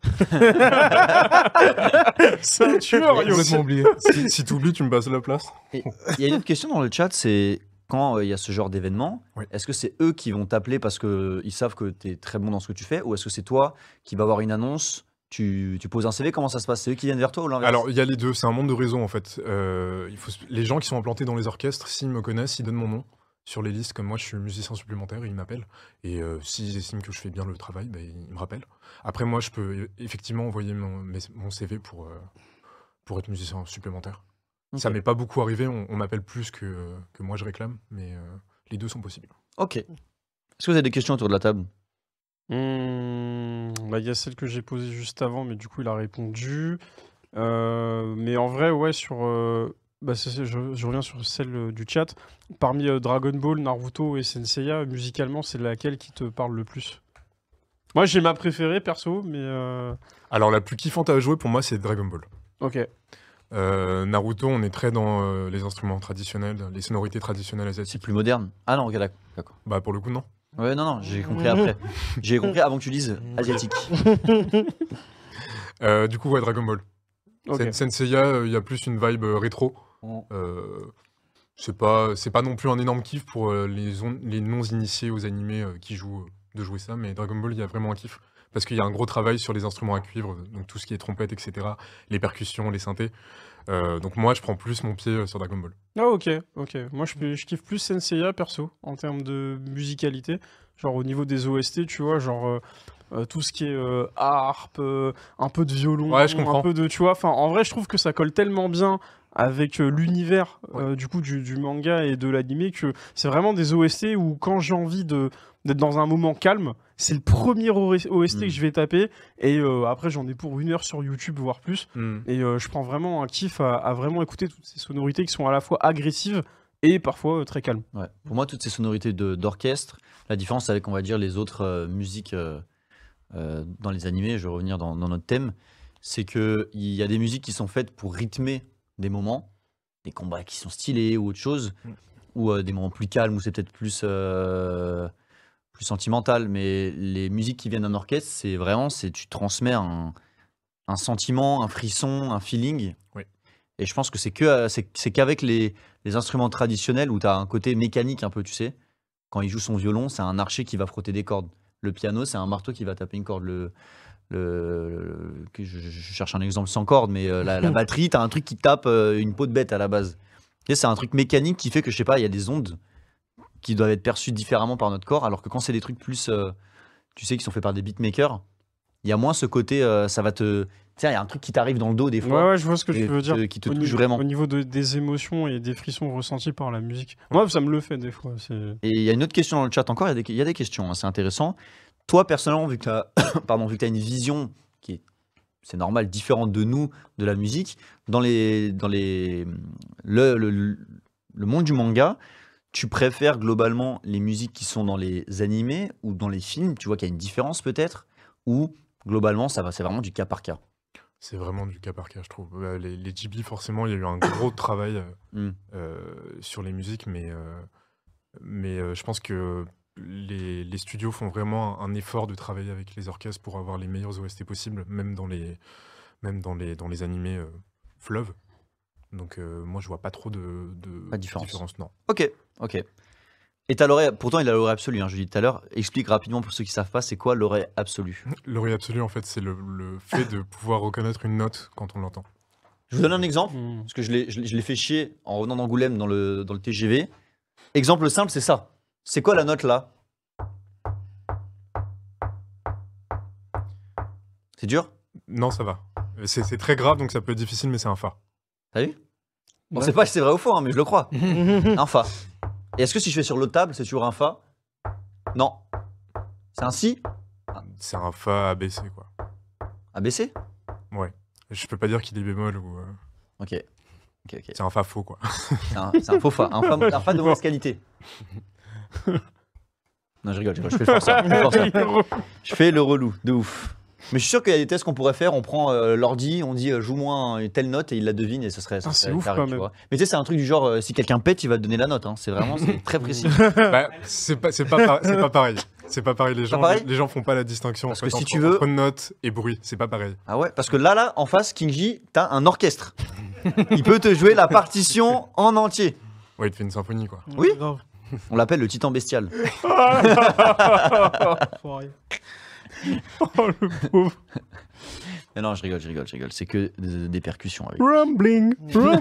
C'est un tueur, J'ai complètement oublié. Si tu oublies, tu me passes la place. Il y a une autre question dans le chat, c'est quand il y a ce genre d'événement, est-ce que c'est eux qui vont t'appeler parce qu'ils savent que tu es très bon dans ce que tu fais, ou est-ce que c'est toi qui vas avoir une annonce, tu poses un CV, comment ça se passe? C'est eux qui viennent vers toi ou l'inverse? Alors, il y a les deux, c'est un monde de réseau en fait. Les gens qui sont implantés dans les orchestres, s'ils me connaissent, ils donnent mon nom sur les listes. Comme moi, je suis musicien supplémentaire, ils m'appellent. Et s'ils estiment que je fais bien le travail, ils me rappellent. Après, moi, je peux effectivement envoyer mon CV pour être musicien supplémentaire. Okay. Ça m'est pas beaucoup arrivé, on m'appelle plus que moi je réclame, mais les deux sont possibles. Ok. Est-ce que vous avez des questions autour de la table? Il y a celle que j'ai posée juste avant, mais du coup il a répondu. Mais en vrai, ouais, je reviens sur celle du chat. Parmi Dragon Ball, Naruto et Senseiya, musicalement, c'est laquelle qui te parle le plus? Moi, j'ai ma préférée perso, mais. Alors la plus kiffante à jouer pour moi, c'est Dragon Ball. Ok. Naruto, on est très dans les instruments traditionnels, les sonorités traditionnelles asiatiques. C'est plus moderne. Ah non, ok, d'accord. Bah pour le coup, non. Ouais, non, j'ai compris après. J'ai compris avant que tu dises asiatique. Du coup, ouais, Dragon Ball. Okay. Senseiya, il y a plus une vibe rétro. C'est pas non plus un énorme kiff pour les non-initiés aux animés qui jouent de jouer ça, mais Dragon Ball, il y a vraiment un kiff. Parce qu'il y a un gros travail sur les instruments à cuivre, donc tout ce qui est trompette, etc., les percussions, les synthés. Donc moi, je prends plus mon pied sur Dragon Ball. Ah ok. Moi, je kiffe plus Senseiya, perso, en termes de musicalité. Genre au niveau des OST, tu vois, genre tout ce qui est harpe, un peu de violon, ouais, je comprends. un peu de... Tu vois, en vrai, je trouve que ça colle tellement bien avec l'univers du coup du manga et de l'animé que c'est vraiment des OST où quand j'ai envie d'être dans un moment calme, c'est le premier OST que je vais taper et après j'en ai pour 1 heure sur YouTube voire plus et je prends vraiment un kiff à vraiment écouter toutes ces sonorités qui sont à la fois agressives et parfois très calmes. Ouais. Pour moi, toutes ces sonorités d'orchestre, la différence avec, on va dire, les autres musiques dans les animés, je vais revenir dans notre thème, c'est qu'il y a des musiques qui sont faites pour rythmer des moments, des combats qui sont stylés ou autre chose, ou des moments plus calmes où c'est peut-être plus sentimental, mais les musiques qui viennent d'un orchestre, c'est vraiment, tu transmets un sentiment, un frisson, un feeling. Oui. Et je pense que c'est qu'avec les instruments traditionnels où tu as un côté mécanique un peu, tu sais. Quand il joue son violon, c'est un archer qui va frotter des cordes. Le piano, c'est un marteau qui va taper une corde. Je cherche un exemple sans corde, mais la batterie, tu as un truc qui tape une peau de bête à la base. Et c'est un truc mécanique qui fait que, je sais pas, il y a des ondes qui doivent être perçues différemment par notre corps, alors que quand c'est des trucs plus, tu sais, qui sont faits par des beatmakers, il y a moins ce côté, ça va te... Tiens, il y a un truc qui t'arrive dans le dos des fois. Ouais, je vois ce que tu veux dire. Qui te touche vraiment. Au niveau des émotions et des frissons ressentis par la musique. Moi, ça me le fait des fois. Et il y a une autre question dans le chat encore, il y a des questions, hein, c'est intéressant. Toi, personnellement, vu que tu as une vision qui est, c'est normal, différente de nous, de la musique, dans le monde du manga, tu préfères globalement les musiques qui sont dans les animés ou dans les films? Tu vois qu'il y a une différence peut-être? Ou globalement, c'est vraiment du cas par cas? C'est vraiment du cas par cas, je trouve. Les Ghibli, forcément, il y a eu un gros travail sur les musiques, mais Mais je pense que les studios font vraiment un effort de travailler avec les orchestres pour avoir les meilleurs OST possibles, même dans les animés fleuves. Donc moi, je vois pas trop de différence. Non. Ok. Et t'as l'oreille, pourtant il a l'oreille absolue, hein, je l'ai dit tout à l'heure. Explique rapidement pour ceux qui savent pas, c'est quoi l'oreille absolue? L'oreille absolue, en fait, c'est le fait de pouvoir reconnaître une note quand on l'entend. Je vous donne un exemple, parce que je l'ai fait chier en revenant d'Angoulême dans le TGV. Exemple simple, c'est ça. C'est quoi la note là? C'est dur? Non, ça va. C'est très grave, donc ça peut être difficile, mais c'est un fa. T'as vu? On sait pas si c'est vrai ou faux, hein, mais je le crois. Un fa. Et est-ce que si je fais sur l'autre table, c'est toujours un fa? Non. C'est un si? C'est un fa abaissé, quoi. Abaissé? Ouais. Je peux pas dire qu'il est bémol ou... Ok. C'est un fa faux, quoi. C'est un faux fa. Un fa de mauvaise qualité. Non, je rigole, je fais le forçat. Je fais le relou, de ouf. Mais je suis sûr qu'il y a des tests qu'on pourrait faire. On prend l'ordi, on dit joue-moi une telle note et il la devine et ça serait c'est ouf carré, quand tu même. vois. Mais tu sais, c'est un truc du genre si quelqu'un pète, il va te donner la note. Hein. C'est très précis. Bah, c'est pas pareil. C'est pas pareil. Les gens font pas la distinction Parce en fait, que si entre, tu veux... entre note et bruit. C'est pas pareil. Ah ouais, parce que là, en face, Kinji, t'as un orchestre. Il peut te jouer la partition en entier. Ouais, il te fait une symphonie, quoi. Oui. Grave. On l'appelle le titan bestial. Foiré. Oh le pauvre. Mais non, je rigole. C'est que des percussions avec. Rumbling.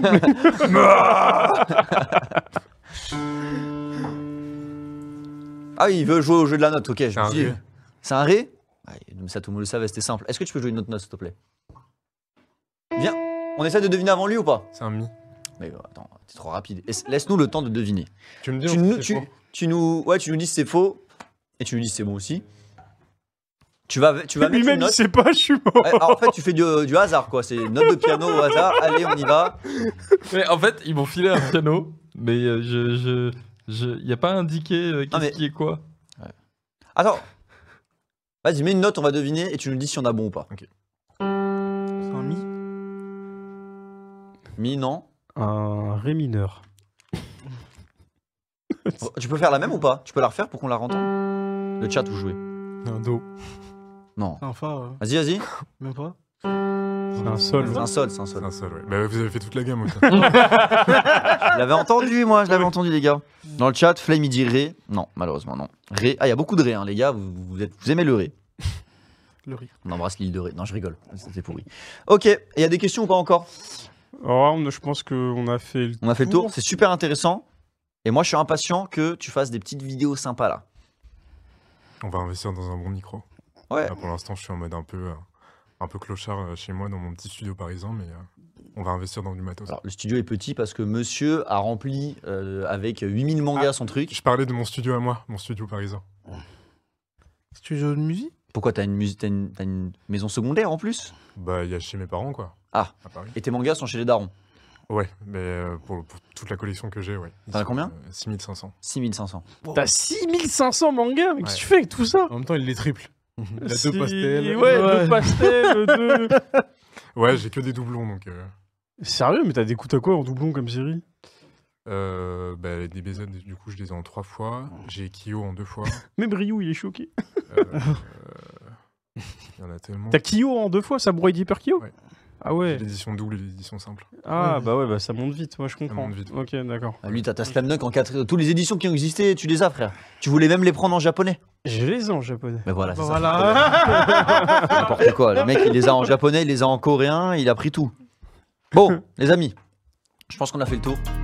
Ah oui, il veut jouer au jeu de la note, ok. C'est un ré. C'est un ré? Ça, tout le monde le savait, c'était simple. Est-ce que tu peux jouer une autre note, s'il te plaît? Viens, on essaie de deviner avant lui ou pas? C'est un mi. Mais attends, t'es trop rapide. Laisse-nous le temps de deviner. Tu me dis tu nous dis si c'est faux et tu nous dis si c'est bon aussi. Tu vas mettre une Lui-même il note. sait pas, je suis mort. Ouais, alors, en fait, tu fais du hasard, quoi. C'est une note de piano au hasard. Allez, on y va. Mais en fait, ils m'ont filé un piano, mais y a pas indiqué qui est quoi. Ouais. Attends. Vas-y, mets une note, on va deviner et tu nous dis si on a bon ou pas. Ok. C'est un mi. Mi, non. Un ré mineur. Tu peux faire la même ou pas? Tu peux la refaire pour qu'on la entende? Le chat, vous jouez. Un do. Non. C'est un fa, Vas-y. même pas. C'est un sol. C'est un sol. C'est un sol, ouais. Bah, vous avez fait toute la gamme, aussi. Je l'avais entendu, moi, les gars. Dans le chat, Flame, il dit Ré. Non, malheureusement, non. Ré. Ah, il y a beaucoup de Ré, hein, les gars. Vous aimez le Ré. Le riz. On embrasse l'île de Ré. Non, je rigole. C'était pourri. Ok. Et il y a des questions ou pas encore? Je pense qu'on a fait le On a fait le tour. C'est super intéressant. Et moi, je suis impatient que tu fasses des petites vidéos sympas, là. On va investir dans un bon micro. Ouais. Là, pour l'instant, je suis en mode un peu clochard chez moi, dans mon petit studio parisien, mais on va investir dans du matos. Alors, le studio est petit parce que monsieur a rempli avec 8000 mangas son truc. Je parlais de mon studio à moi, mon studio parisien. Studio de musique. Pourquoi t'as une maison secondaire en plus? Bah, il y a chez mes parents, quoi. Ah. À Paris. Et tes mangas sont chez les darons? Ouais, mais pour toute la collection que j'ai, ouais. T'en as combien? 6500. 6500. T'as 6500 mangas, mais qu'est-ce que tu fais avec tout ça? En même temps, il les triple. Il a C'est- deux pastels. Ouais, deux pastels, deux. Ouais, j'ai que des doublons, donc... Sérieux, mais t'as des quoi en doublon comme série? Bah, des BZ, du coup, je les ai en 3 fois. J'ai Kyo en 2 fois. Même Ryu, il est choqué. Il y en a tellement. T'as Kyo en 2 fois, Samurai Deeper Kyo? Ouais. Ah J'ai ouais. l'édition double et l'édition simple. Ah bah ouais, bah ça monte vite, moi je comprends. monte vite. Ok, d'accord. Ah, lui, t'as ta Slam Dunk en 4. Toutes les éditions qui ont existé, tu les as, frère. Tu voulais même les prendre en japonais. Je les ai en japonais. Mais voilà, c'est ça. Voilà. N'importe quoi. Le mec, il les a en japonais, il les a en coréen, il a pris tout. Bon, les amis, je pense qu'on a fait le tour.